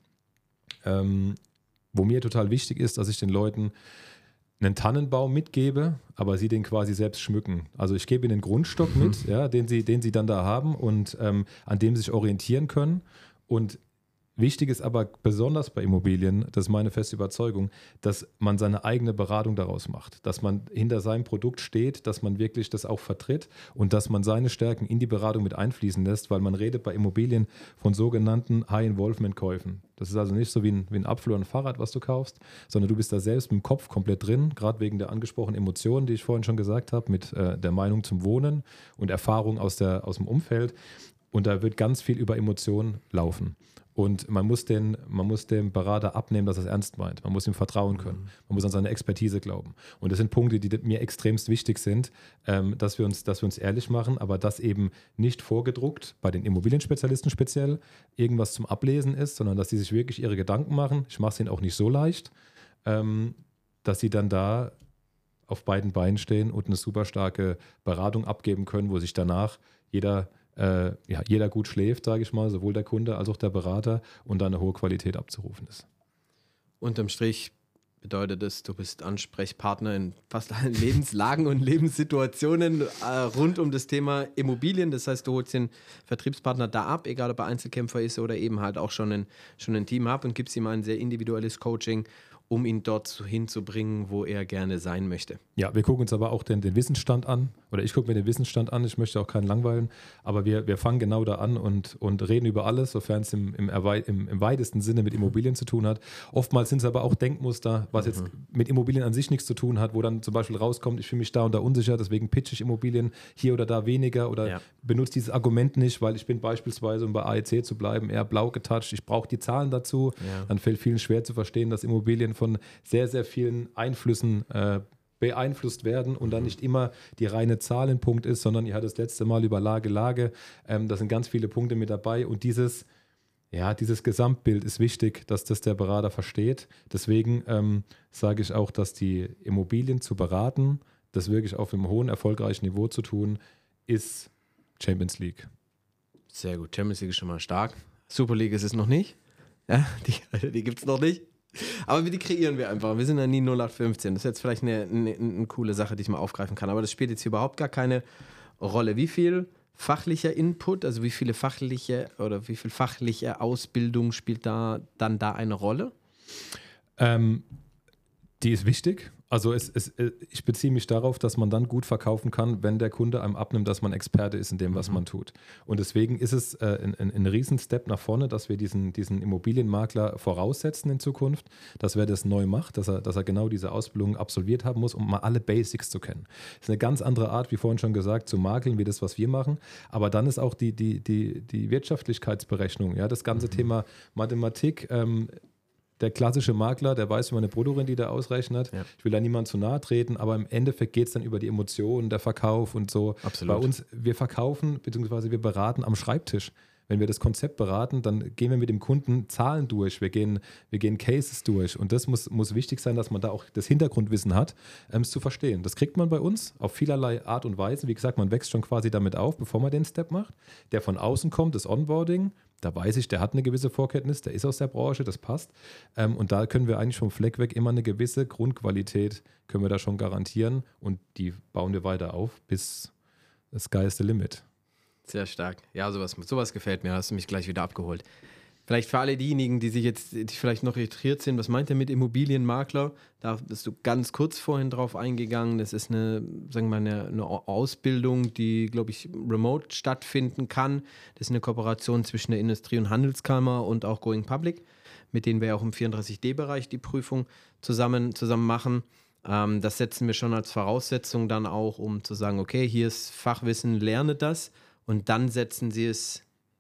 ähm, wo mir total wichtig ist, dass ich den Leuten einen Tannenbaum mitgebe, aber sie den quasi selbst schmücken. Also ich gebe ihnen den Grundstock mhm. mit, ja, den, sie, den sie dann da haben und ähm, an dem sie sich orientieren können. Und wichtig ist aber besonders bei Immobilien, das ist meine feste Überzeugung, dass man seine eigene Beratung daraus macht, dass man hinter seinem Produkt steht, dass man wirklich das auch vertritt und dass man seine Stärken in die Beratung mit einfließen lässt, weil man redet bei Immobilien von sogenannten High-Involvement-Käufen. Das ist also nicht so wie ein, wie ein Apfel oder ein Fahrrad, was du kaufst, sondern du bist da selbst mit dem Kopf komplett drin, gerade wegen der angesprochenen Emotionen, die ich vorhin schon gesagt habe, mit äh, der Meinung zum Wohnen und Erfahrung aus, der, aus dem Umfeld. Und da wird ganz viel über Emotionen laufen. Und man muss, den, man muss dem Berater abnehmen, dass er es ernst meint. Man muss ihm vertrauen können. Man muss an seine Expertise glauben. Und das sind Punkte, die mir extremst wichtig sind, ähm, dass, wir uns, dass wir uns ehrlich machen, aber dass eben nicht vorgedruckt, bei den Immobilienspezialisten speziell, irgendwas zum Ablesen ist, sondern dass sie sich wirklich ihre Gedanken machen. Ich mache es ihnen auch nicht so leicht, ähm, dass sie dann da auf beiden Beinen stehen und eine super starke Beratung abgeben können, wo sich danach jeder Äh, ja, jeder gut schläft, sage ich mal, sowohl der Kunde als auch der Berater und dann eine hohe Qualität abzurufen ist. Unterm Strich bedeutet es, du bist Ansprechpartner in fast allen Lebenslagen und Lebenssituationen äh, rund um das Thema Immobilien. Das heißt, du holst den Vertriebspartner da ab, egal ob er Einzelkämpfer ist oder eben halt auch schon ein, schon ein Team hat, und gibst ihm ein sehr individuelles Coaching, um ihn dort hinzubringen, wo er gerne sein möchte. Ja, wir gucken uns aber auch den, den Wissensstand an, oder ich gucke mir den Wissensstand an, ich möchte auch keinen langweilen, aber wir, wir fangen genau da an und, und reden über alles, sofern es im, im, im, im weitesten Sinne mit Immobilien zu tun hat. Oftmals sind es aber auch Denkmuster, was mhm. jetzt mit Immobilien an sich nichts zu tun hat, wo dann zum Beispiel rauskommt, ich fühle mich da und da unsicher, deswegen pitche ich Immobilien hier oder da weniger oder ja. benutze dieses Argument nicht, weil ich bin beispielsweise, um bei A E C zu bleiben, eher blau getoucht, ich brauche die Zahlen dazu, ja. dann fällt vielen schwer zu verstehen, dass Immobilien von sehr, sehr vielen Einflüssen äh, beeinflusst werden und dann nicht immer die reine Zahl ein Punkt ist, sondern ihr hattet das letzte Mal über Lage, Lage. Ähm, da sind ganz viele Punkte mit dabei und dieses, ja, dieses Gesamtbild ist wichtig, dass das der Berater versteht. Deswegen ähm, sage ich auch, dass die Immobilien zu beraten, das wirklich auf einem hohen, erfolgreichen Niveau zu tun, ist Champions League. Sehr gut, Champions League ist schon mal stark. Super League ist es noch nicht. Ja, die, die gibt es noch nicht. Aber die kreieren wir einfach. Wir sind ja nie null acht fünfzehn. Das ist jetzt vielleicht eine, eine, eine coole Sache, die ich mal aufgreifen kann. Aber das spielt jetzt hier überhaupt gar keine Rolle. Wie viel fachlicher Input, also wie viele fachliche oder wie viel fachliche Ausbildung spielt da dann da eine Rolle? Ähm, die ist wichtig. Also es, es, ich beziehe mich darauf, dass man dann gut verkaufen kann, wenn der Kunde einem abnimmt, dass man Experte ist in dem, was mhm. man tut. Und deswegen ist es äh, ein, ein, ein Riesen-Step nach vorne, dass wir diesen, diesen Immobilienmakler voraussetzen in Zukunft, dass wer das neu macht, dass er, dass er genau diese Ausbildung absolviert haben muss, um mal alle Basics zu kennen. Das ist eine ganz andere Art, wie vorhin schon gesagt, zu makeln, wie das, was wir machen. Aber dann ist auch die, die, die, die Wirtschaftlichkeitsberechnung, ja, das ganze mhm. Thema Mathematik, ähm, der klassische Makler, der weiß, wie man eine Bruttorendite ausrechnet. Ja. Ich will da niemand zu nahe treten, aber im Endeffekt geht es dann über die Emotionen, der Verkauf und so. Absolut. Bei uns, wir verkaufen bzw. wir beraten am Schreibtisch. Wenn wir das Konzept beraten, dann gehen wir mit dem Kunden Zahlen durch, wir gehen, wir gehen Cases durch und das muss, muss wichtig sein, dass man da auch das Hintergrundwissen hat, ähm, es zu verstehen. Das kriegt man bei uns auf vielerlei Art und Weise. Wie gesagt, man wächst schon quasi damit auf, bevor man den Step macht. Der von außen kommt, das Onboarding, da weiß ich, der hat eine gewisse Vorkenntnis, der ist aus der Branche, das passt. Ähm, und da können wir eigentlich vom Fleck weg immer eine gewisse Grundqualität, können wir da schon garantieren und die bauen wir weiter auf, bis the sky is the limit. Sehr stark. Ja, sowas, sowas gefällt mir. Hast du mich gleich wieder abgeholt. Vielleicht für alle diejenigen, die sich jetzt die vielleicht noch irritiert sind, was meint er mit Immobilienmakler? Da bist du ganz kurz vorhin drauf eingegangen. Das ist eine, sagen wir mal, eine, eine Ausbildung, die, glaube ich, remote stattfinden kann. Das ist eine Kooperation zwischen der Industrie- und Handelskammer und auch Going Public, mit denen wir auch im vierunddreißig D-Bereich die Prüfung zusammen, zusammen machen. Ähm, das setzen wir schon als Voraussetzung dann auch, um zu sagen, okay, hier ist Fachwissen, lerne das. Und dann setzen sie es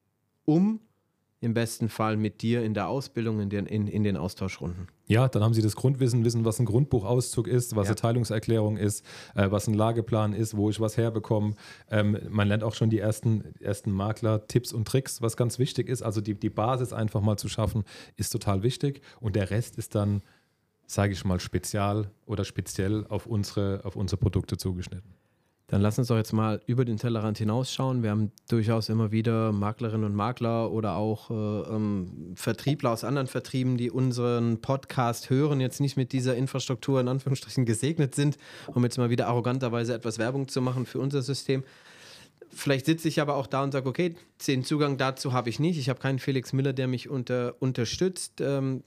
um, im besten Fall mit dir in der Ausbildung, in den, in, in den Austauschrunden. Ja, dann haben sie das Grundwissen, wissen, was ein Grundbuchauszug ist, was ja. eine Teilungserklärung ist, äh, was ein Lageplan ist, wo ich was herbekomme. Ähm, man lernt auch schon die ersten, ersten Makler-Tipps und Tricks, was ganz wichtig ist. Also die, die Basis einfach mal zu schaffen, ist total wichtig. Und der Rest ist dann, sage ich mal, spezial oder speziell auf unsere, auf unsere Produkte zugeschnitten. Dann lass uns doch jetzt mal über den Tellerrand hinausschauen. Wir haben durchaus immer wieder Maklerinnen und Makler oder auch äh, ähm, Vertriebler aus anderen Vertrieben, die unseren Podcast hören, jetzt nicht mit dieser Infrastruktur in Anführungsstrichen gesegnet sind, um jetzt mal wieder arroganterweise etwas Werbung zu machen für unser System. Vielleicht sitze ich aber auch da und sage, okay, den Zugang dazu habe ich nicht. Ich habe keinen Felix Miller, der mich unter, unterstützt. Ähm,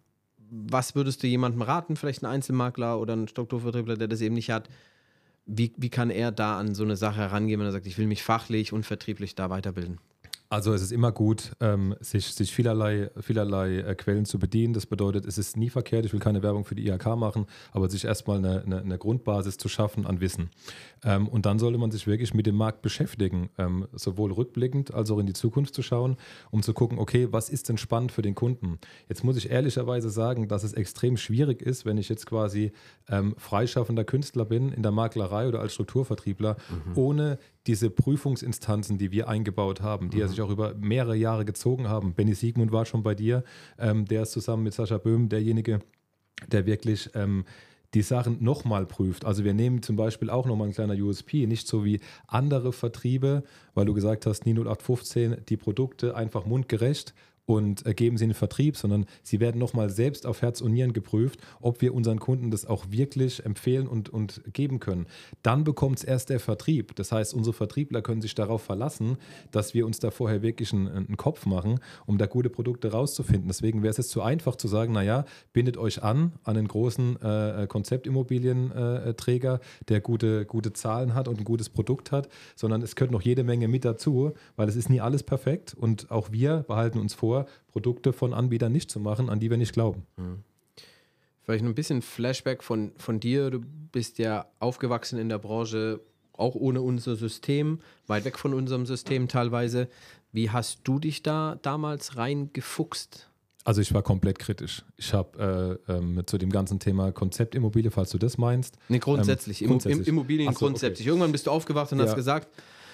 was würdest du jemandem raten? Vielleicht ein Einzelmakler oder ein Strukturvertriebler, der das eben nicht hat. Wie, wie kann er da an so eine Sache herangehen, wenn er sagt, ich will mich fachlich und vertrieblich da weiterbilden? Also es ist immer gut, ähm, sich, sich vielerlei, vielerlei äh, Quellen zu bedienen. Das bedeutet, es ist nie verkehrt, ich will keine Werbung für die I H K machen, aber sich erstmal eine, eine, eine Grundbasis zu schaffen an Wissen. Ähm, und dann sollte man sich wirklich mit dem Markt beschäftigen, ähm, sowohl rückblickend als auch in die Zukunft zu schauen, um zu gucken, okay, was ist denn spannend für den Kunden? Jetzt muss ich ehrlicherweise sagen, dass es extrem schwierig ist, wenn ich jetzt quasi ähm, freischaffender Künstler bin in der Maklerei oder als Strukturvertriebler, mhm. ohne diese Prüfungsinstanzen, die wir eingebaut haben, die mhm. ja sich auch über mehrere Jahre gezogen haben. Benny Siegmund war schon bei dir, ähm, der ist zusammen mit Sascha Böhm derjenige, der wirklich ähm, die Sachen nochmal prüft. Also wir nehmen zum Beispiel auch nochmal ein kleiner U S P, nicht so wie andere Vertriebe, weil du gesagt hast, N I null acht fünfzehn, die Produkte einfach mundgerecht und äh, geben sie in den Vertrieb, sondern sie werden nochmal selbst auf Herz und Nieren geprüft, ob wir unseren Kunden das auch wirklich empfehlen und, und geben können. Dann bekommt es erst der Vertrieb. Das heißt, unsere Vertriebler können sich darauf verlassen, dass wir uns da vorher wirklich einen, einen Kopf machen, um da gute Produkte rauszufinden. Deswegen wäre es jetzt zu einfach zu sagen, naja, bindet euch an an einen großen äh, Konzeptimmobilienträger, der gute, gute Zahlen hat und ein gutes Produkt hat, sondern es gehört noch jede Menge mit dazu, weil es ist nie alles perfekt und auch wir behalten uns vor, Produkte von Anbietern nicht zu machen, an die wir nicht glauben. Mhm. Vielleicht ein bisschen Flashback von, von dir. Du bist ja aufgewachsen in der Branche, auch ohne unser System, weit weg von unserem System teilweise. Wie hast du dich da damals reingefuchst? Also ich war komplett kritisch. Ich habe äh, ähm, zu dem ganzen Thema Konzeptimmobilie, falls du das meinst. Nee, grundsätzlich. Ähm, grundsätzlich. Immobilien so, grundsätzlich. Okay. Irgendwann bist du aufgewacht und ja. hast gesagt,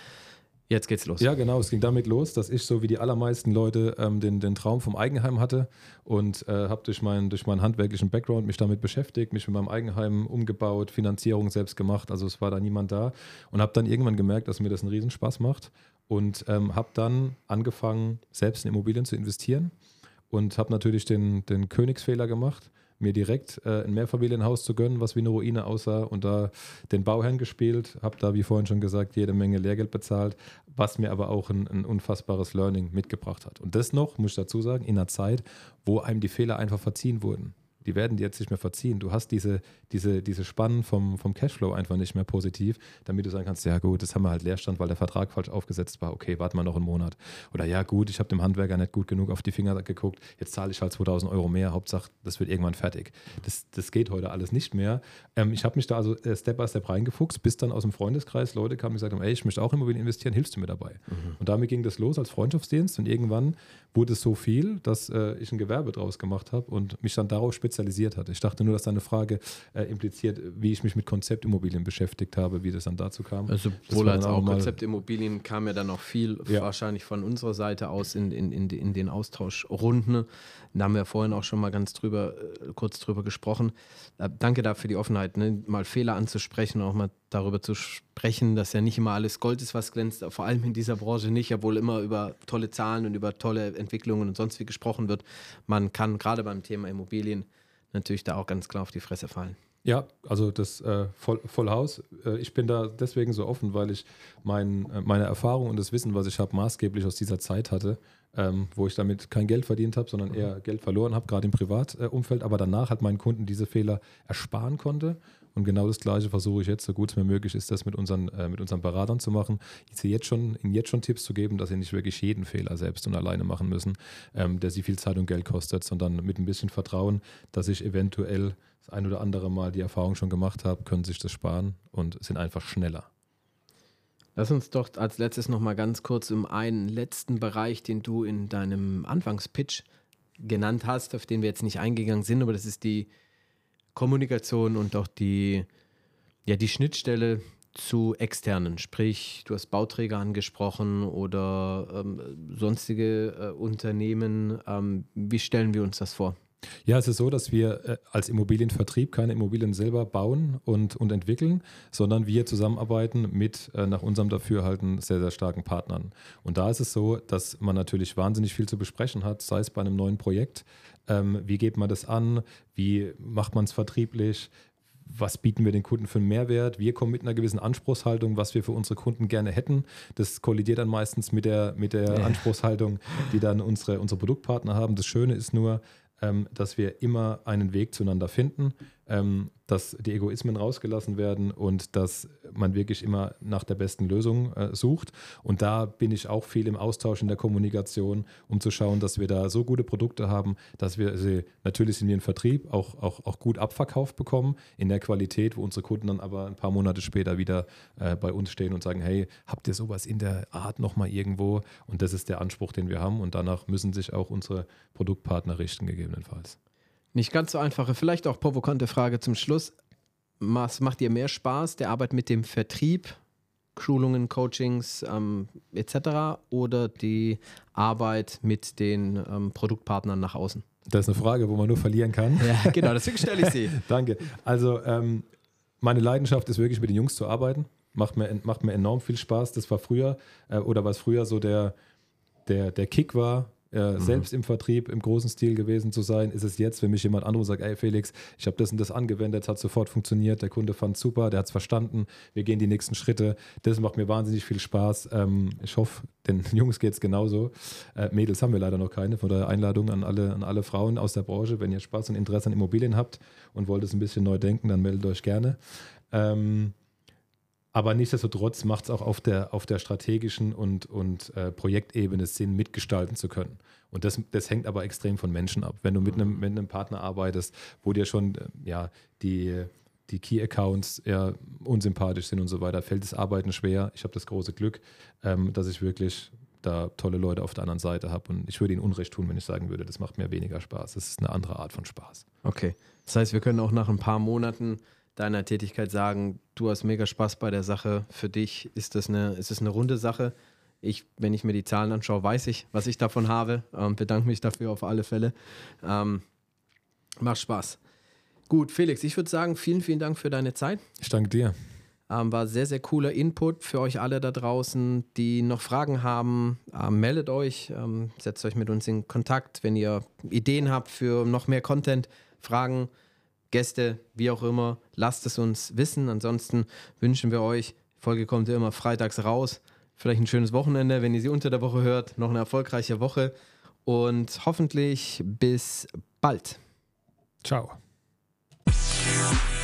jetzt geht's los. Ja, genau. Es ging damit los, dass ich so wie die allermeisten Leute ähm, den, den Traum vom Eigenheim hatte und äh, habe durch, mein, durch meinen handwerklichen Background mich damit beschäftigt, mich mit meinem Eigenheim umgebaut, Finanzierung selbst gemacht. Also es war da niemand da und habe dann irgendwann gemerkt, dass mir das einen Riesenspaß macht und ähm, habe dann angefangen, selbst in Immobilien zu investieren und habe natürlich den, den Königsfehler gemacht, mir direkt äh, ein Mehrfamilienhaus zu gönnen, was wie eine Ruine aussah und da den Bauherrn gespielt, habe da, wie vorhin schon gesagt, jede Menge Lehrgeld bezahlt, was mir aber auch ein, ein unfassbares Learning mitgebracht hat. Und das noch, muss ich dazu sagen, in einer Zeit, wo einem die Fehler einfach verziehen wurden. Die werden dir jetzt nicht mehr verziehen. Du hast diese, diese, diese Spannen vom, vom Cashflow einfach nicht mehr positiv, damit du sagen kannst, ja gut, das haben wir halt Leerstand, weil der Vertrag falsch aufgesetzt war. Okay, warte mal noch einen Monat. Oder ja gut, ich habe dem Handwerker nicht gut genug auf die Finger geguckt, jetzt zahle ich halt zweitausend Euro mehr, Hauptsache, das wird irgendwann fertig. Das, das geht heute alles nicht mehr. Ähm, ich habe mich da also äh, Step by Step reingefuchst, bis dann aus dem Freundeskreis Leute kamen und gesagt haben, ey, ich möchte auch in Immobilien investieren, hilfst du mir dabei? Mhm. Und damit ging das los als Freundschaftsdienst und irgendwann wurde es so viel, dass äh, ich ein Gewerbe draus gemacht habe und mich dann darauf spezialisiert hatte. Ich dachte nur, dass deine Frage äh, impliziert, wie ich mich mit Konzeptimmobilien beschäftigt habe, wie das dann dazu kam. Also sowohl als auch Konzeptimmobilien kam ja dann auch viel ja. wahrscheinlich von unserer Seite aus in, in, in, in den Austauschrunden. Da haben wir vorhin auch schon mal ganz drüber, äh, kurz drüber gesprochen. Äh, danke dafür für die Offenheit, ne? Mal Fehler anzusprechen, auch mal darüber zu sprechen, dass ja nicht immer alles Gold ist, was glänzt, vor allem in dieser Branche nicht, obwohl immer über tolle Zahlen und über tolle Entwicklungen und sonst wie gesprochen wird. Man kann gerade beim Thema Immobilien natürlich da auch ganz klar auf die Fresse fallen. Ja, also das äh, voll, voll Haus. Äh, ich bin da deswegen so offen, weil ich mein, äh, meine Erfahrung und das Wissen, was ich habe, maßgeblich aus dieser Zeit hatte, ähm, wo ich damit kein Geld verdient habe, sondern eher Geld verloren habe, gerade im Privatumfeld, äh, aber danach halt meinen Kunden diese Fehler ersparen konnte. Und genau das Gleiche versuche ich jetzt, so gut es mir möglich ist, das mit unseren, äh, mit unseren Beratern zu machen. Ich sehe jetzt schon, ihnen jetzt schon Tipps zu geben, dass sie nicht wirklich jeden Fehler selbst und alleine machen müssen, ähm, der sie viel Zeit und Geld kostet, sondern mit ein bisschen Vertrauen, dass ich eventuell das ein oder andere Mal die Erfahrung schon gemacht habe, können sich das sparen und sind einfach schneller. Lass uns doch als letztes noch mal ganz kurz um einen letzten Bereich, den du in deinem Anfangspitch genannt hast, auf den wir jetzt nicht eingegangen sind, aber das ist die Kommunikation und auch die, ja, die Schnittstelle zu externen, sprich, du hast Bauträger angesprochen oder ähm, sonstige äh, Unternehmen. Ähm, wie stellen wir uns das vor? Ja, es ist so, dass wir äh, als Immobilienvertrieb keine Immobilien selber bauen und, und entwickeln, sondern wir zusammenarbeiten mit äh, nach unserem Dafürhalten sehr, sehr starken Partnern. Und da ist es so, dass man natürlich wahnsinnig viel zu besprechen hat, sei es bei einem neuen Projekt, ähm, wie geht man das an, wie macht man es vertrieblich, was bieten wir den Kunden für einen Mehrwert? Wir kommen mit einer gewissen Anspruchshaltung, was wir für unsere Kunden gerne hätten. Das kollidiert dann meistens mit der, mit der ja. Anspruchshaltung, die dann unsere, unsere Produktpartner haben. Das Schöne ist nur, ähm, dass wir immer einen Weg zueinander finden, ähm, dass die Egoismen rausgelassen werden und dass man wirklich immer nach der besten Lösung äh, sucht. Und da bin ich auch viel im Austausch in der Kommunikation, um zu schauen, dass wir da so gute Produkte haben, dass wir sie natürlich in den Vertrieb auch, auch, auch gut abverkauft bekommen, in der Qualität, wo unsere Kunden dann aber ein paar Monate später wieder äh, bei uns stehen und sagen, hey, habt ihr sowas in der Art nochmal irgendwo? Und das ist der Anspruch, den wir haben. Und danach müssen sich auch unsere Produktpartner richten, gegebenenfalls. Nicht ganz so einfache, vielleicht auch provokante Frage zum Schluss. Was macht dir mehr Spaß, der Arbeit mit dem Vertrieb, Schulungen, Coachings ähm, et cetera oder die Arbeit mit den ähm, Produktpartnern nach außen? Das ist eine Frage, wo man nur verlieren kann. Ja, genau, deswegen stelle ich sie. Danke. Also ähm, meine Leidenschaft ist wirklich, mit den Jungs zu arbeiten. Macht mir, macht mir enorm viel Spaß. Das war früher, äh, oder was früher so der, der, der Kick war, Äh, mhm. Selbst im Vertrieb im großen Stil gewesen zu sein, ist es jetzt, wenn mich jemand anruft und sagt, ey Felix, ich habe das und das angewendet, hat sofort funktioniert, der Kunde fand es super, der hat es verstanden, wir gehen die nächsten Schritte. Das macht mir wahnsinnig viel Spaß. Ähm, ich hoffe, den Jungs geht es genauso. Äh, Mädels haben wir leider noch keine, von daher Einladung an alle, an alle Frauen aus der Branche, wenn ihr Spaß und Interesse an Immobilien habt und wollt es ein bisschen neu denken, dann meldet euch gerne. Ähm, Aber nichtsdestotrotz macht es auch auf der, auf der strategischen und, und äh, Projektebene Sinn, mitgestalten zu können. Und das, das hängt aber extrem von Menschen ab. Wenn du mit einem, mit einem Partner arbeitest, wo dir schon äh, ja, die, die Key-Accounts eher unsympathisch sind und so weiter, fällt das Arbeiten schwer. Ich habe das große Glück, ähm, dass ich wirklich da tolle Leute auf der anderen Seite habe. Und ich würde ihnen Unrecht tun, wenn ich sagen würde, das macht mir weniger Spaß. Das ist eine andere Art von Spaß. Okay, das heißt, wir können auch nach ein paar Monaten deiner Tätigkeit sagen, du hast mega Spaß bei der Sache. Für dich ist das eine, ist das eine runde Sache. Ich, wenn ich mir die Zahlen anschaue, weiß ich, was ich davon habe. Ähm, bedanke mich dafür auf alle Fälle. Ähm, macht Spaß. Gut, Felix, ich würde sagen, vielen, vielen Dank für deine Zeit. Ich danke dir. Ähm, war sehr, sehr cooler Input für euch alle da draußen, die noch Fragen haben. Ähm, meldet euch, ähm, setzt euch mit uns in Kontakt, wenn ihr Ideen habt für noch mehr Content, Fragen, Gäste, wie auch immer, lasst es uns wissen. Ansonsten wünschen wir euch, die Folge kommt ja immer freitags raus, vielleicht ein schönes Wochenende, wenn ihr sie unter der Woche hört, noch eine erfolgreiche Woche und hoffentlich bis bald. Ciao.